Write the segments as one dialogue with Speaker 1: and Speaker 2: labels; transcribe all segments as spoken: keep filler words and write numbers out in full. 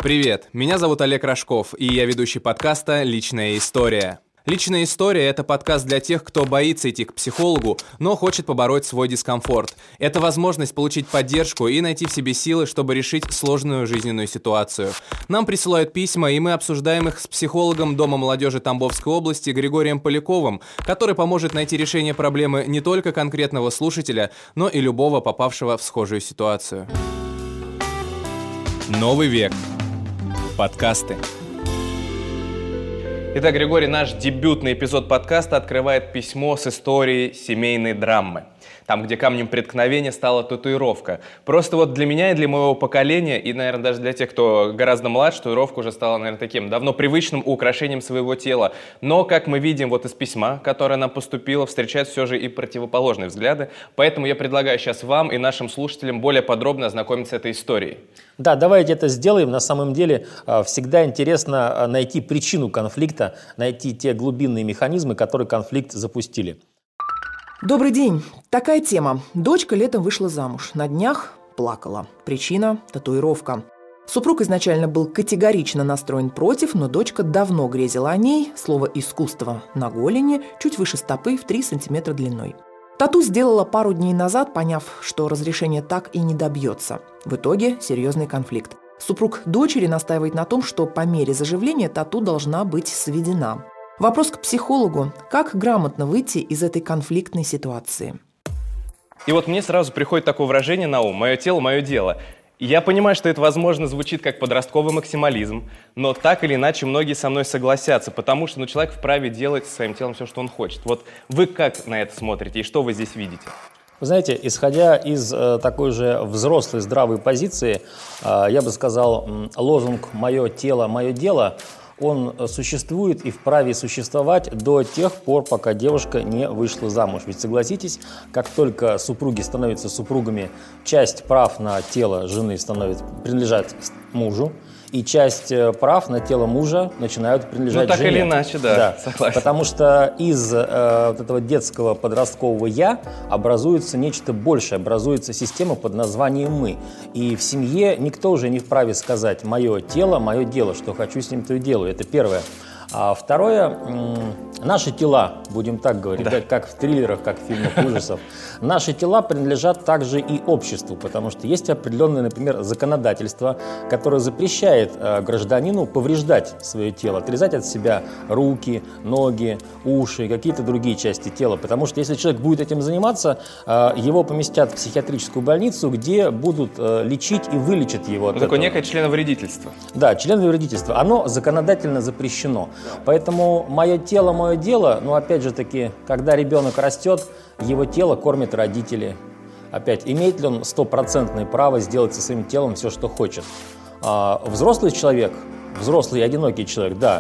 Speaker 1: Привет, меня зовут Олег Рожков, и я ведущий подкаста «Личная история». «Личная история» — это подкаст для тех, кто боится идти к психологу, но хочет побороть свой дискомфорт. Это возможность получить поддержку и найти в себе силы, чтобы решить сложную жизненную ситуацию. Нам присылают письма, и мы обсуждаем их с психологом Дома молодежи Тамбовской области Григорием Поляковым, который поможет найти решение проблемы не только конкретного слушателя, но и любого попавшего в схожую ситуацию. Новый век. Подкасты. Итак, Григорий, наш дебютный эпизод подкаста открывает письмо с историей семейной драмы. Там, где камнем преткновения стала татуировка. Просто вот для меня и для моего поколения, и, наверное, даже для тех, кто гораздо младше, татуировка уже стала, наверное, таким давно привычным украшением своего тела. Но, как мы видим вот из письма, которое нам поступило, встречают все же и противоположные взгляды. Поэтому я предлагаю сейчас вам и нашим слушателям более подробно ознакомиться с этой историей.
Speaker 2: Да, давайте это сделаем. На самом деле всегда интересно найти причину конфликта, найти те глубинные механизмы, которые конфликт запустили.
Speaker 3: Добрый день. Такая тема. Дочка летом вышла замуж. На днях плакала. Причина – татуировка. Супруг изначально был категорично настроен против, но дочка давно грезила о ней. Слово «искусство» на голени, чуть выше стопы, в три сантиметра длиной. Тату сделала пару дней назад, поняв, что разрешения так и не добьется. В итоге серьезный конфликт. Супруг дочери настаивает на том, что по мере заживления тату должна быть сведена. Вопрос к психологу. Как грамотно выйти из этой конфликтной ситуации?
Speaker 1: И вот мне сразу приходит такое выражение на ум: «Мое тело, мое дело». Я понимаю, что это, возможно, звучит как подростковый максимализм, но так или иначе многие со мной согласятся, потому что ну, человек вправе делать со своим телом все, что он хочет. Вот вы как на это смотрите и что вы здесь видите?
Speaker 2: Вы знаете, исходя из э, такой же взрослой здравой позиции, э, я бы сказал, лозунг «мое тело, мое дело», он существует и вправе существовать до тех пор, пока девушка не вышла замуж. Ведь согласитесь, как только супруги становятся супругами, часть прав на тело жены становится, принадлежат мужу, и часть прав на тело мужа начинают принадлежать жене.
Speaker 1: Ну так или иначе, да,
Speaker 2: да.
Speaker 1: Согласен.
Speaker 2: Потому что из э, вот этого детского подросткового «я» образуется нечто большее, образуется система под названием «мы». И в семье никто уже не вправе сказать «мое тело, мое дело», что хочу с ним, то и делаю. Это первое. А второе, наши тела, будем так говорить, да. как в триллерах, как в фильмах ужасов, наши тела принадлежат также и обществу, потому что есть определенное, например, законодательство, которое запрещает гражданину повреждать свое тело, отрезать от себя руки, ноги, уши, какие-то другие части тела, потому что если человек будет этим заниматься, его поместят в психиатрическую больницу, где будут лечить и вылечат его от
Speaker 1: ну, такое
Speaker 2: этого.
Speaker 1: некое членовредительство.
Speaker 2: Да, членовредительство, оно законодательно запрещено. Поэтому мое тело, мое дело, ну опять же таки, когда ребенок растет, его тело кормят родители. Опять, имеет ли он стопроцентное право сделать со своим телом все, что хочет? А, взрослый человек, взрослый и одинокий человек, да.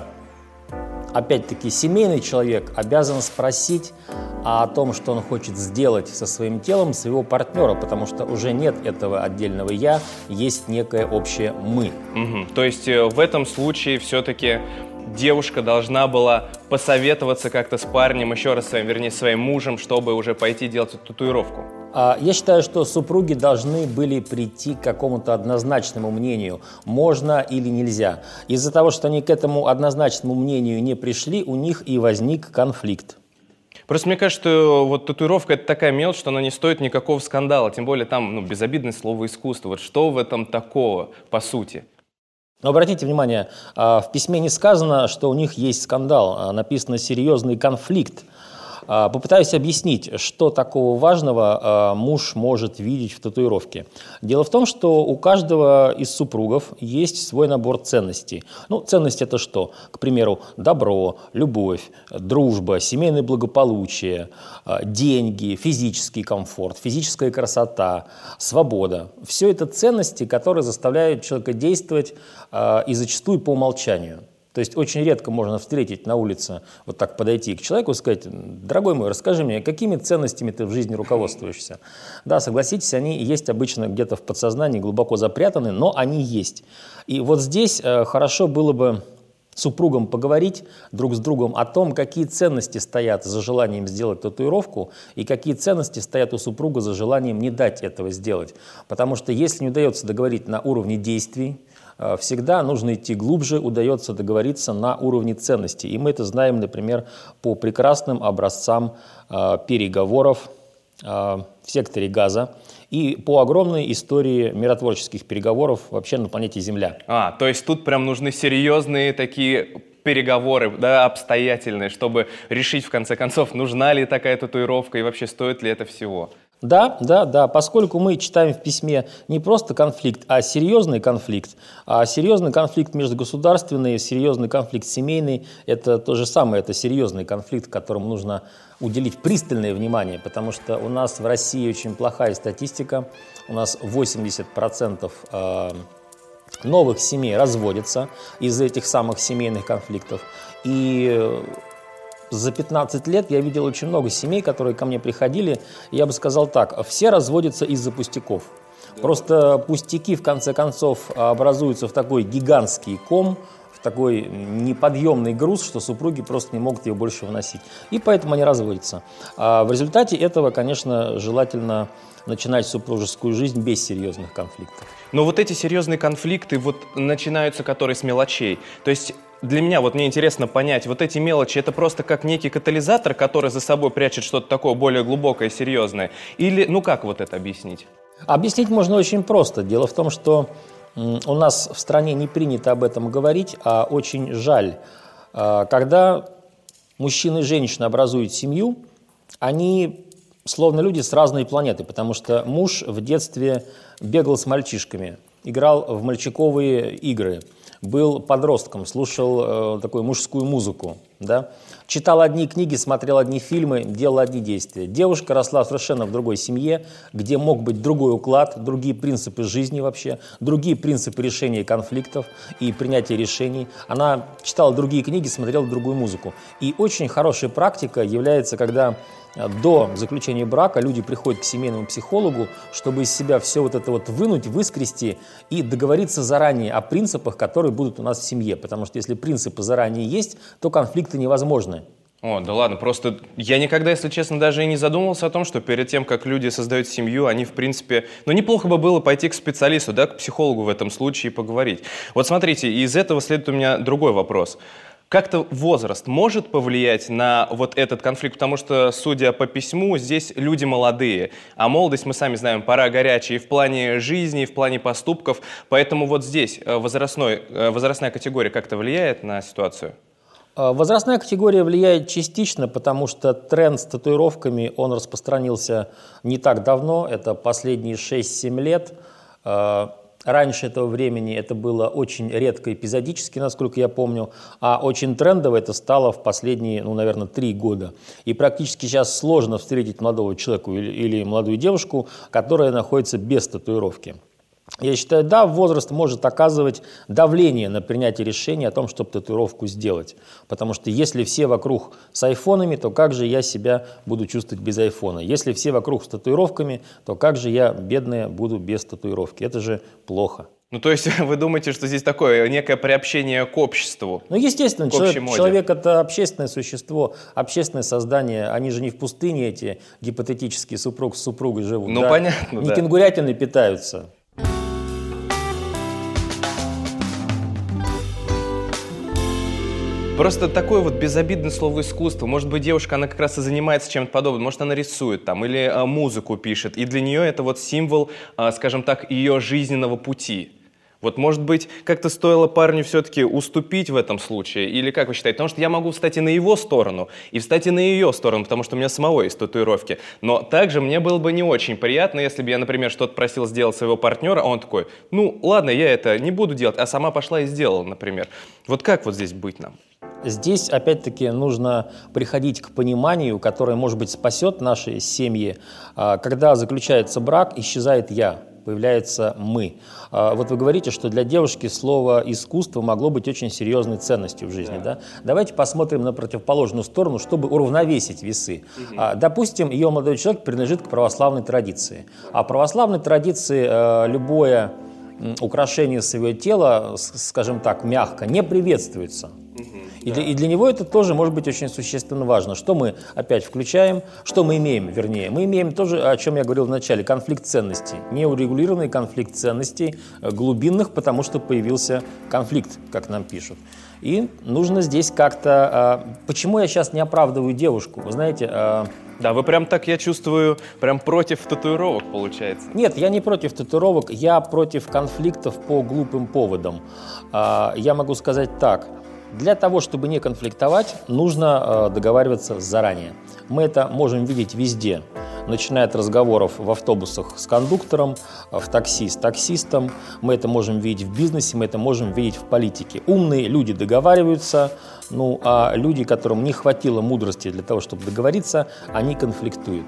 Speaker 2: Опять-таки, семейный человек обязан спросить о том, что он хочет сделать со своим телом, своего партнера, потому что уже нет этого отдельного «я», есть некое общее «мы».
Speaker 1: Угу. То есть в этом случае все-таки девушка должна была посоветоваться как-то с парнем, еще раз своим, вернее, своим мужем, чтобы уже пойти делать эту татуировку?
Speaker 2: Я считаю, что супруги должны были прийти к какому-то однозначному мнению, можно или нельзя. Из-за того, что они к этому однозначному мнению не пришли, у них и возник конфликт.
Speaker 1: Просто мне кажется, что вот татуировка — это такая мелочь, что она не стоит никакого скандала, тем более там ну, безобидное слово «искусство». Вот что в этом такого, по сути?
Speaker 2: Но обратите внимание, в письме не сказано, что у них есть скандал, написано «серьезный конфликт». Попытаюсь объяснить, что такого важного муж может видеть в татуировке. Дело в том, что у каждого из супругов есть свой набор ценностей. Ну, ценность – это что? К примеру, добро, любовь, дружба, семейное благополучие, деньги, физический комфорт, физическая красота, свобода. Все это ценности, которые заставляют человека действовать и зачастую по умолчанию. То есть очень редко можно встретить на улице, вот так подойти к человеку и сказать: дорогой мой, расскажи мне, какими ценностями ты в жизни руководствуешься? Да, согласитесь, они есть обычно где-то в подсознании, глубоко запрятаны, но они есть. И вот здесь э, хорошо было бы супругам поговорить друг с другом о том, какие ценности стоят за желанием сделать татуировку и какие ценности стоят у супруга за желанием не дать этого сделать. Потому что если не удается договорить на уровне действий, всегда нужно идти глубже, удается договориться на уровне ценностей. И мы это знаем, например, по прекрасным образцам переговоров в секторе Газа и по огромной истории миротворческих переговоров вообще на планете Земля.
Speaker 1: А, то есть тут прям нужны серьезные такие переговоры, да, обстоятельные, чтобы решить в конце концов, нужна ли такая татуировка и вообще стоит ли это всего.
Speaker 2: Да, да, да, поскольку мы читаем в письме не просто конфликт, а серьезный конфликт, а серьезный конфликт межгосударственный, серьезный конфликт семейный, это то же самое, это серьезный конфликт, которому нужно уделить пристальное внимание, потому что у нас в России очень плохая статистика, у нас восемьдесят процентов новых семей разводятся из-за этих самых семейных конфликтов, и за пятнадцать лет я видел очень много семей, которые ко мне приходили, я бы сказал так, все разводятся из-за пустяков. Просто пустяки, в конце концов, образуются в такой гигантский ком, в такой неподъемный груз, что супруги просто не могут его больше выносить. И поэтому они разводятся. А в результате этого, конечно, желательно начинать супружескую жизнь без серьезных конфликтов.
Speaker 1: Но вот эти серьезные конфликты вот начинаются, которые с мелочей. То есть для меня, вот мне интересно понять, вот эти мелочи, это просто как некий катализатор, который за собой прячет что-то такое более глубокое, серьезное? Или, ну как вот это объяснить?
Speaker 2: Объяснить можно очень просто. Дело в том, что у нас в стране не принято об этом говорить, а очень жаль. Когда мужчина и женщина образуют семью, они словно люди с разной планеты, потому что муж в детстве бегал с мальчишками, играл в мальчиковые игры, был подростком, слушал э, такую мужскую музыку, да? Читал одни книги, смотрел одни фильмы, делал одни действия. Девушка росла совершенно в другой семье, где мог быть другой уклад, другие принципы жизни вообще, другие принципы решения конфликтов и принятия решений. Она читала другие книги, смотрела другую музыку. И очень хорошая практика является, когда до заключения брака люди приходят к семейному психологу, чтобы из себя все вот это вот вынуть, выскрести и договориться заранее о принципах, которые будут у нас в семье. Потому что если принципы заранее есть, то конфликты невозможны.
Speaker 1: О, да ладно, просто я никогда, если честно, даже и не задумывался о том, что перед тем, как люди создают семью, они, в принципе, ну, неплохо бы было пойти к специалисту, да, к психологу в этом случае и поговорить. Вот смотрите, из этого следует у меня другой вопрос. Как-то возраст может повлиять на вот этот конфликт, потому что, судя по письму, здесь люди молодые, а молодость, мы сами знаем, пора горячая и в плане жизни, и в плане поступков, поэтому вот здесь возрастной, возрастная категория как-то влияет на ситуацию?
Speaker 2: Возрастная категория влияет частично, потому что тренд с татуировками, он распространился не так давно, это последние шесть-семь лет. Раньше этого времени это было очень редко эпизодически, насколько я помню, а очень трендово это стало в последние, ну, наверное, три года. И практически сейчас сложно встретить молодого человека или, или молодую девушку, которая находится без татуировки. Я считаю, да, возраст может оказывать давление на принятие решения о том, чтобы татуировку сделать. Потому что если все вокруг с айфонами, то как же я себя буду чувствовать без айфона? Если все вокруг с татуировками, то как же я, бедная, буду без татуировки? Это же плохо.
Speaker 1: Ну, то есть вы думаете, что здесь такое некое приобщение к обществу?
Speaker 2: Ну, естественно, человек, человек – это общественное существо, общественное создание. Они же не в пустыне, эти гипотетические супруг с супругой живут.
Speaker 1: Ну,
Speaker 2: да?
Speaker 1: понятно,
Speaker 2: не
Speaker 1: да.
Speaker 2: кенгурятины питаются.
Speaker 1: Просто такое вот безобидное слово искусство. Может быть, девушка, она как раз и занимается чем-то подобным. Может, она рисует там или а, музыку пишет. И для нее это вот символ, а, скажем так, ее жизненного пути. Вот, может быть, как-то стоило парню все-таки уступить в этом случае? Или как вы считаете? Потому что я могу встать и на его сторону, и встать и на ее сторону, потому что у меня самого есть татуировки. Но также мне было бы не очень приятно, если бы я, например, что-то просил сделать своего партнера, а он такой, ну, ладно, я это не буду делать, а сама пошла и сделала, например. Вот как вот здесь быть нам?
Speaker 2: Здесь, опять-таки, нужно приходить к пониманию, которое, может быть, спасет наши семьи. Когда заключается брак, исчезает «я», появляется «мы». Вот вы говорите, что для девушки слово «искусство» могло быть очень серьезной ценностью в жизни. Да. Да? Давайте посмотрим на противоположную сторону, чтобы уравновесить весы. Угу. Допустим, ее молодой человек принадлежит к православной традиции. А в православной традиции любое украшение своего тела, скажем так, мягко, не приветствуется. И, да. для, и для него это тоже может быть очень существенно важно. Что мы опять включаем, что мы имеем, вернее. Мы имеем тоже, о чем я говорил в начале, конфликт ценностей. Неурегулированный конфликт ценностей, глубинных, потому что появился конфликт, как нам пишут. И нужно здесь как-то... Почему я сейчас не оправдываю девушку? Вы знаете...
Speaker 1: Да, вы прям так, я чувствую, прям против татуировок, получается.
Speaker 2: Нет, я не против татуировок, я против конфликтов по глупым поводам. Я могу сказать так. Для того, чтобы не конфликтовать, нужно договариваться заранее. Мы это можем видеть везде. Начиная от разговоров в автобусах с кондуктором, в такси с таксистом. Мы это можем видеть в бизнесе, мы это можем видеть в политике. Умные люди договариваются, ну, а люди, которым не хватило мудрости для того, чтобы договориться, они конфликтуют.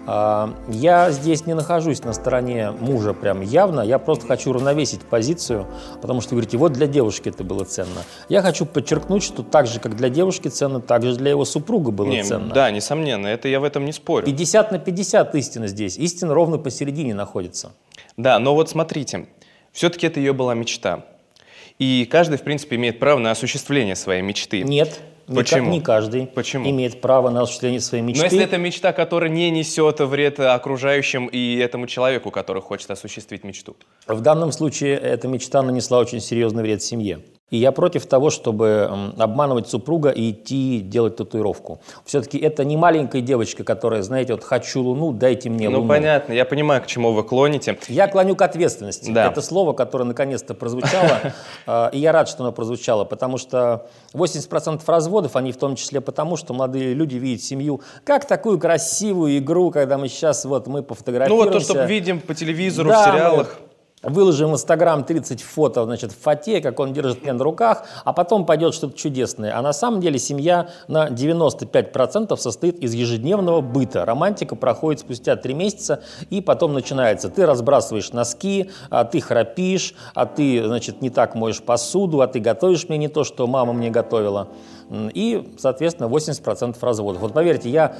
Speaker 2: Я здесь не нахожусь на стороне мужа прям явно, я просто хочу равновесить позицию, потому что вы говорите, вот для девушки это было ценно. Я хочу подчеркнуть, что так же, как для девушки ценно, так же для его супруга было не, ценно.
Speaker 1: Да, несомненно, это я в этом не спорю.
Speaker 2: пятьдесят на пятьдесят истина здесь, истина ровно посередине находится.
Speaker 1: Да, но вот смотрите, все-таки это ее была мечта. И каждый, в принципе, имеет право на осуществление своей мечты.
Speaker 2: Нет.
Speaker 1: Почему?
Speaker 2: Не каждый
Speaker 1: Почему?
Speaker 2: имеет право на осуществление своей мечты.
Speaker 1: Но если это мечта, которая не несет вред окружающим и этому человеку, который хочет осуществить мечту?
Speaker 2: В данном случае эта мечта нанесла очень серьезный вред семье. И я против того, чтобы обманывать супруга и идти делать татуировку. Все-таки это не маленькая девочка, которая, знаете, вот хочу луну, дайте мне луну.
Speaker 1: Ну понятно, я понимаю, к чему вы клоните.
Speaker 2: Я клоню к ответственности.
Speaker 1: Да.
Speaker 2: Это слово, которое наконец-то прозвучало, и я рад, что оно прозвучало, потому что восемьдесят процентов разводов, они в том числе потому, что молодые люди видят семью как такую красивую игру, когда мы сейчас вот мы пофотографируемся.
Speaker 1: Ну вот то, что видим по телевизору, да, в сериалах.
Speaker 2: Выложим в Инстаграм тридцать фото, значит, в фате, как он держит меня на руках, а потом пойдет что-то чудесное. А на самом деле семья на девяносто пять процентов состоит из ежедневного быта. Романтика проходит спустя три месяца, и потом начинается. Ты разбрасываешь носки, а ты храпишь, а ты, значит, не так моешь посуду, а ты готовишь мне не то, что мама мне готовила. И, соответственно, восемьдесят процентов разводов. Вот поверьте, я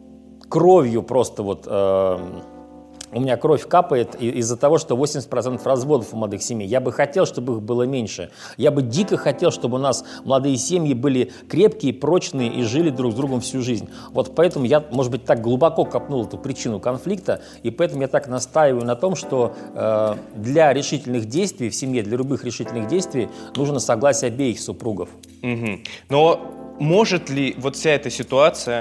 Speaker 2: кровью просто вот... Э- У меня кровь капает из-за того, что восемьдесят процентов разводов у молодых семей. Я бы хотел, чтобы их было меньше. Я бы дико хотел, чтобы у нас молодые семьи были крепкие, прочные и жили друг с другом всю жизнь. Вот поэтому я, может быть, так глубоко копнул эту причину конфликта, и поэтому я так настаиваю на том, что э, для решительных действий в семье, для любых решительных действий нужно согласие обеих супругов.
Speaker 1: Угу. Но может ли вот вся эта ситуация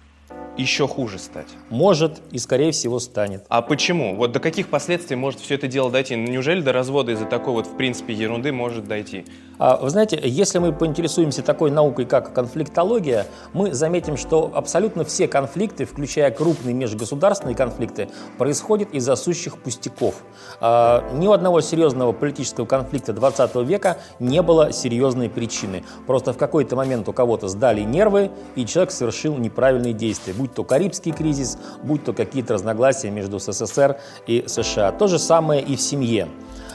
Speaker 1: еще хуже стать?
Speaker 2: Может и, скорее всего, станет.
Speaker 1: А почему? Вот до каких последствий может все это дело дойти? Ну, неужели до развода из-за такой вот, в принципе, ерунды может дойти?
Speaker 2: А, вы знаете, если мы поинтересуемся такой наукой, как конфликтология, мы заметим, что абсолютно все конфликты, включая крупные межгосударственные конфликты, происходят из-за сущих пустяков. А, ни у одного серьезного политического конфликта двадцатого века не было серьезной причины. Просто в какой-то момент у кого-то сдали нервы, и человек совершил неправильные действия. Будь то Карибский кризис, будь то какие-то разногласия между СССР и США. То же самое и в семье.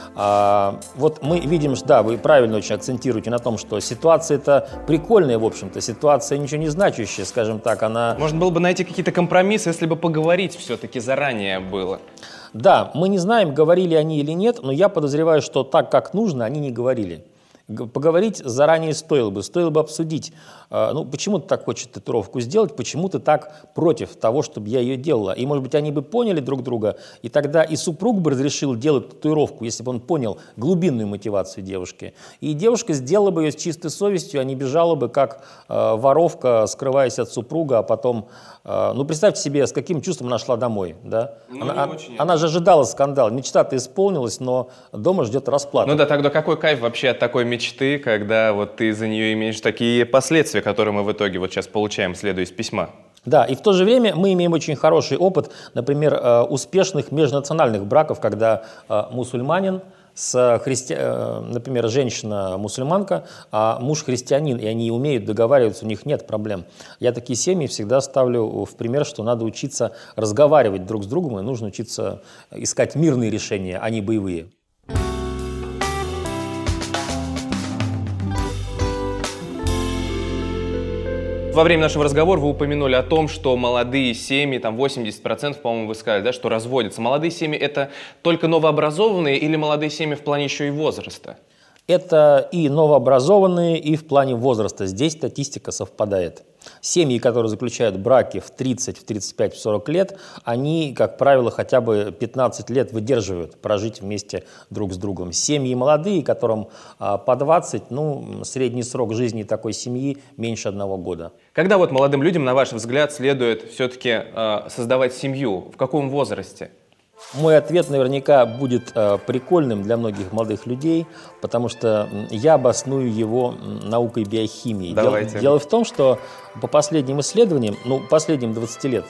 Speaker 2: А, вот мы видим, что да, вы правильно очень акцентируете на том, что ситуация-то прикольная, в общем-то, ситуация ничего не значащая, скажем так, она...
Speaker 1: Можно было бы найти какие-то компромиссы, если бы поговорить все-таки заранее было.
Speaker 2: Да, мы не знаем, говорили они или нет, но я подозреваю, что так, как нужно, они не говорили. Поговорить заранее стоило бы, стоило бы обсудить, ну, почему ты так хочешь татуировку сделать, почему ты так против того, чтобы я ее делала. И, может быть, они бы поняли друг друга, и тогда и супруг бы разрешил делать татуировку, если бы он понял глубинную мотивацию девушки. И девушка сделала бы ее с чистой совестью, а не бежала бы, как э, воровка, скрываясь от супруга, а потом... Э, ну, представьте себе, с каким чувством она шла домой. Да?
Speaker 1: Ну,
Speaker 2: она, она же ожидала скандала. Мечта-то исполнилась, но дома ждет расплата.
Speaker 1: Ну да, тогда какой кайф вообще от такой мечты? мечты, когда вот ты за нее имеешь такие последствия, которые мы в итоге вот сейчас получаем, следуя из письма.
Speaker 2: Да, и в то же время мы имеем очень хороший опыт, например, успешных межнациональных браков, когда мусульманин с христи... например, женщина-мусульманка, а муж христианин, и они умеют договариваться, у них нет проблем. Я такие семьи всегда ставлю в пример, что надо учиться разговаривать друг с другом, и нужно учиться искать мирные решения, а не боевые.
Speaker 1: Во время нашего разговора вы упомянули о том, что молодые семьи, там восемьдесят процентов, по-моему, вы сказали, да, что разводятся. Молодые семьи – это только новообразованные или молодые семьи в плане еще и возраста?
Speaker 2: Это и новообразованные, и в плане возраста. Здесь статистика совпадает. Семьи, которые заключают браки в тридцать, в тридцать пять, в сорок лет, они, как правило, хотя бы пятнадцать лет выдерживают прожить вместе друг с другом. Семьи молодые, которым а, по двадцать, ну, средний срок жизни такой семьи меньше одного года.
Speaker 1: Когда вот молодым людям, на ваш взгляд, следует все-таки э, создавать семью? В каком возрасте?
Speaker 2: Мой ответ наверняка будет э, прикольным для многих молодых людей, потому что я обосную его наукой биохимии. Дело, дело в том, что по последним исследованиям, ну, последним двадцати лет,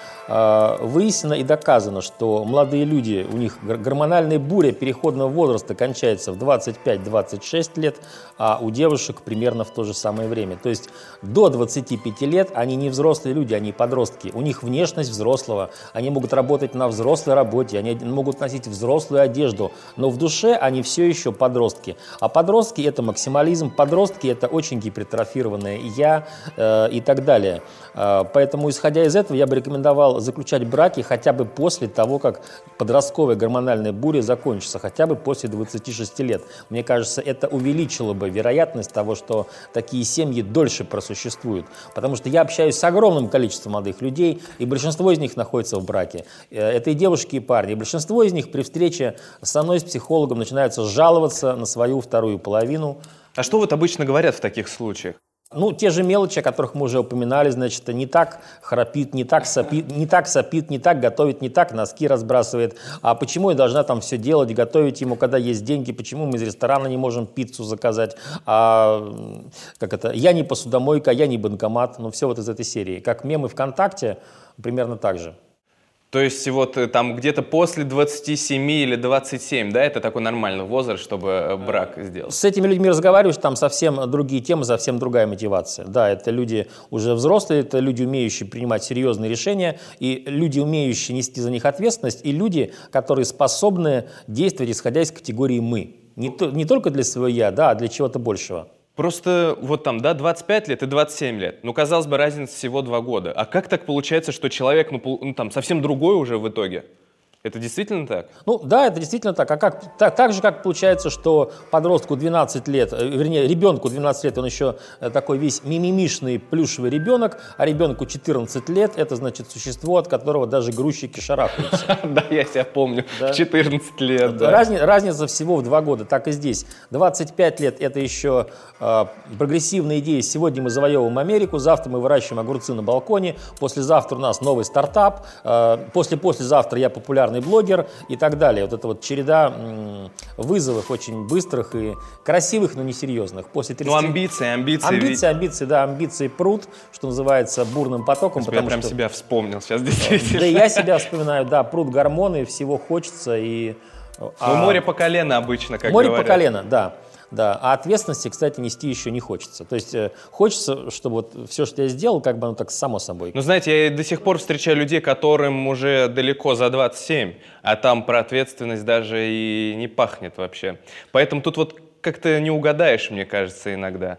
Speaker 2: э, выяснено и доказано, что молодые люди, у них гормональная буря переходного возраста кончается в двадцать пять — двадцать шесть лет, а у девушек примерно в то же самое время. То есть до двадцати пяти лет они не взрослые люди, они подростки. У них внешность взрослого, они могут работать на взрослой работе, они могут носить взрослую одежду, но в душе они все еще подростки. А подростки — это максимализм, подростки — это очень гипертрофированное «я» э, и так далее. Э, поэтому, исходя из этого, я бы рекомендовал заключать браки хотя бы после того, как подростковая гормональная буря закончится, хотя бы после двадцати шести лет. Мне кажется, это увеличило бы вероятность того, что такие семьи дольше просуществуют. Потому что я общаюсь с огромным количеством молодых людей, и большинство из них находится в браке. Это и девушки, и парни. И большинство из них при встрече со мной, с психологом, начинаются жаловаться на свою вторую половину.
Speaker 1: А что вот обычно говорят в таких случаях?
Speaker 2: Ну, те же мелочи, о которых мы уже упоминали, значит, не так храпит, не так сопит, не так сопит, не так готовит, не так носки разбрасывает. А почему я должна там все делать, готовить ему, когда есть деньги? Почему мы из ресторана не можем пиццу заказать? А, как это? Я не посудомойка, я не банкомат. Ну, все вот из этой серии. Как мемы ВКонтакте, примерно так же.
Speaker 1: То есть вот там где-то после двадцати семи или двадцати семи, да, это такой нормальный возраст, чтобы брак сделать?
Speaker 2: С этими людьми разговариваешь, там совсем другие темы, совсем другая мотивация. Да, это люди уже взрослые, это люди, умеющие принимать серьезные решения, и люди, умеющие нести за них ответственность, и люди, которые способны действовать, исходя из категории «мы». Не, то, не только для своего «я», да, а для чего-то большего.
Speaker 1: Просто вот там, да, двадцать пять лет и двадцать семь лет. Ну, казалось бы, разница всего два года. А как так получается, что человек, ну, ну там, совсем другой уже в итоге? Это действительно так?
Speaker 2: Ну да, это действительно так. А как, так, так же, как получается, что подростку двенадцать лет, вернее, ребенку двенадцать лет, он еще такой весь мимимишный плюшевый ребенок, а ребенку четырнадцать лет, это значит существо, от которого даже грузчики шарахаются.
Speaker 1: Да, я себя помню, в четырнадцать лет.
Speaker 2: Разница всего в два года, так и здесь. двадцать пять лет – это еще прогрессивная идея. Сегодня мы завоевываем Америку, завтра мы выращиваем огурцы на балконе, послезавтра у нас новый стартап, после-послезавтра я популярный блогер и так далее. Вот это вот череда м, вызовов очень быстрых и красивых, но несерьезных. После тридцати...
Speaker 1: Ну, амбиции, амбиции.
Speaker 2: Амбиции, амбиции, да, амбиции прут, что называется, бурным потоком.
Speaker 1: Я прям
Speaker 2: что...
Speaker 1: себя вспомнил сейчас действительно.
Speaker 2: Да, я себя вспоминаю, да, прут гормоны, всего хочется. И...
Speaker 1: Ну, а... море по колено обычно, как
Speaker 2: море
Speaker 1: говорят.
Speaker 2: Море по колено, да. Да, а ответственности, кстати, нести еще не хочется. То есть э, хочется, чтобы вот все, что я сделал, как бы оно так само собой.
Speaker 1: Ну, знаете, я до сих пор встречаю людей, которым уже далеко за двадцать семь, а там про ответственность даже и не пахнет вообще. Поэтому тут вот как-то не угадаешь, мне кажется, иногда.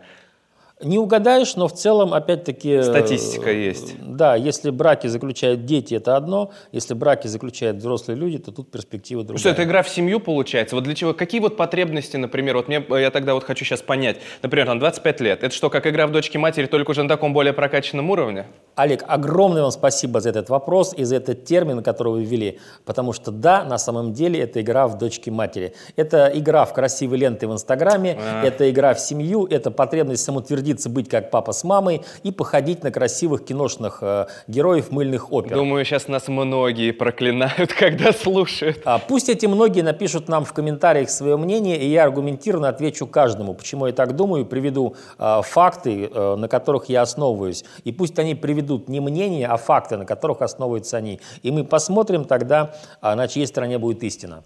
Speaker 2: Не угадаешь, но в целом, опять-таки...
Speaker 1: Статистика есть.
Speaker 2: Да, если браки заключают дети, это одно. Если браки заключают взрослые люди, то тут перспектива другая.
Speaker 1: Что, это игра в семью получается? Вот для чего? Какие вот потребности, например, вот мне, я тогда вот хочу сейчас понять. Например, там двадцать пять лет. Это что, как игра в дочки-матери, только уже на таком более прокачанном уровне?
Speaker 2: Олег, огромное вам спасибо за этот вопрос и за этот термин, который вы ввели. Потому что да, на самом деле это игра в дочки-матери. Это игра в красивые ленты в Инстаграме, а. это игра в семью, это потребность самоутвердиться, быть как папа с мамой и походить на красивых киношных э, героев мыльных опер.
Speaker 1: Думаю, сейчас нас многие проклинают, когда слушают.
Speaker 2: А, пусть эти многие напишут нам в комментариях свое мнение, и я аргументированно отвечу каждому, почему я так думаю, приведу э, факты, э, на которых я основываюсь. И пусть они приведут не мнение, а факты, на которых основываются они. И мы посмотрим тогда, э, на чьей стороне будет истина.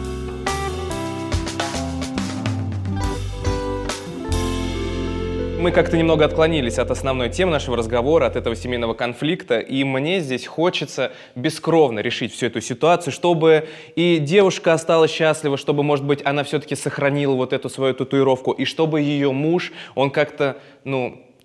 Speaker 1: Мы как-то немного отклонились от основной темы нашего разговора, от этого семейного конфликта, и мне здесь хочется бескровно решить всю эту ситуацию, чтобы и девушка осталась счастлива, чтобы, может быть, она все-таки сохранила вот эту свою татуировку, и чтобы ее муж, он как-то, ну,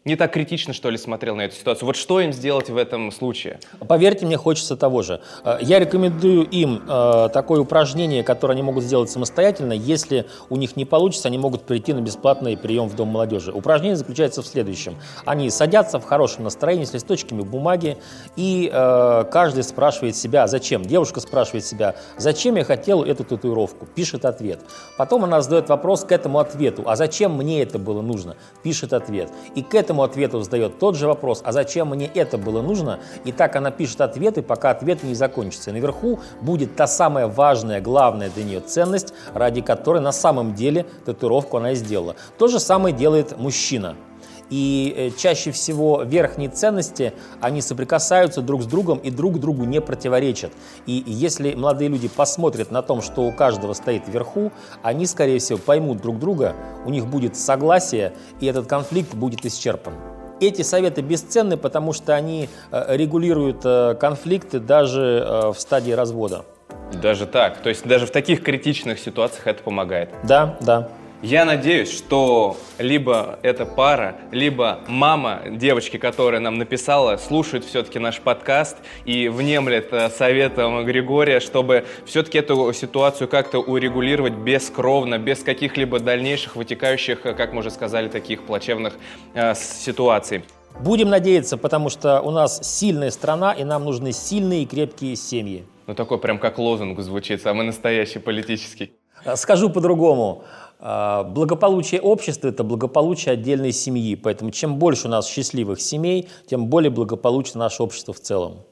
Speaker 1: не так критично, что ли, смотрел на эту ситуацию. Вот что им сделать в этом случае?
Speaker 2: Поверьте мне, хочется того же. Я рекомендую им э, такое упражнение, которое они могут сделать самостоятельно. Если у них не получится, они могут прийти на бесплатный прием в Дом молодежи. Упражнение заключается в следующем. Они садятся в хорошем настроении с листочками бумаги, и э, каждый спрашивает себя, зачем. Девушка спрашивает себя, зачем я хотел эту татуировку? Пишет ответ. Потом она задает вопрос к этому ответу. А зачем мне это было нужно? Пишет ответ. И к этому ответу задает тот же вопрос, а зачем мне это было нужно? И так она пишет ответы, пока ответ не закончится. И наверху будет та самая важная, главная для нее ценность, ради которой на самом деле татуировку она и сделала. То же самое делает мужчина. И чаще всего верхние ценности, они соприкасаются друг с другом и друг другу не противоречат. И если молодые люди посмотрят на том, что у каждого стоит вверху, они, скорее всего, поймут друг друга, у них будет согласие, и этот конфликт будет исчерпан. Эти советы бесценны, потому что они регулируют конфликты даже в стадии развода.
Speaker 1: Даже так? То есть даже в таких критичных ситуациях это помогает?
Speaker 2: Да, да.
Speaker 1: Я надеюсь, что либо эта пара, либо мама девочки, которая нам написала, слушает все-таки наш подкаст и внемлет советом Григория, чтобы все-таки эту ситуацию как-то урегулировать бескровно, без каких-либо дальнейших вытекающих, как мы уже сказали, таких плачевных э, ситуаций.
Speaker 2: Будем надеяться, потому что у нас сильная страна, и нам нужны сильные и крепкие семьи.
Speaker 1: Ну такой прям как лозунг звучит, самый настоящий политический.
Speaker 2: Скажу по-другому. Благополучие общества – это благополучие отдельной семьи. Поэтому чем больше у нас счастливых семей, тем более благополучно наше общество в целом.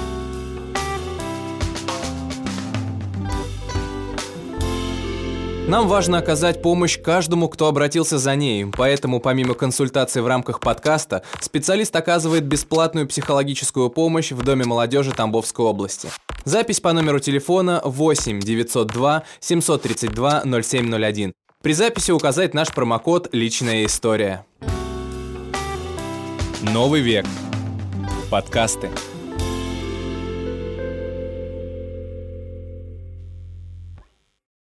Speaker 1: Нам важно оказать помощь каждому, кто обратился за ней, поэтому помимо консультаций в рамках подкаста, специалист оказывает бесплатную психологическую помощь в Доме молодежи Тамбовской области. Запись по номеру телефона восемь девятьсот два семьсот тридцать два ноль семь ноль один. При записи указать наш промокод «Личная история». Новый век. Подкасты.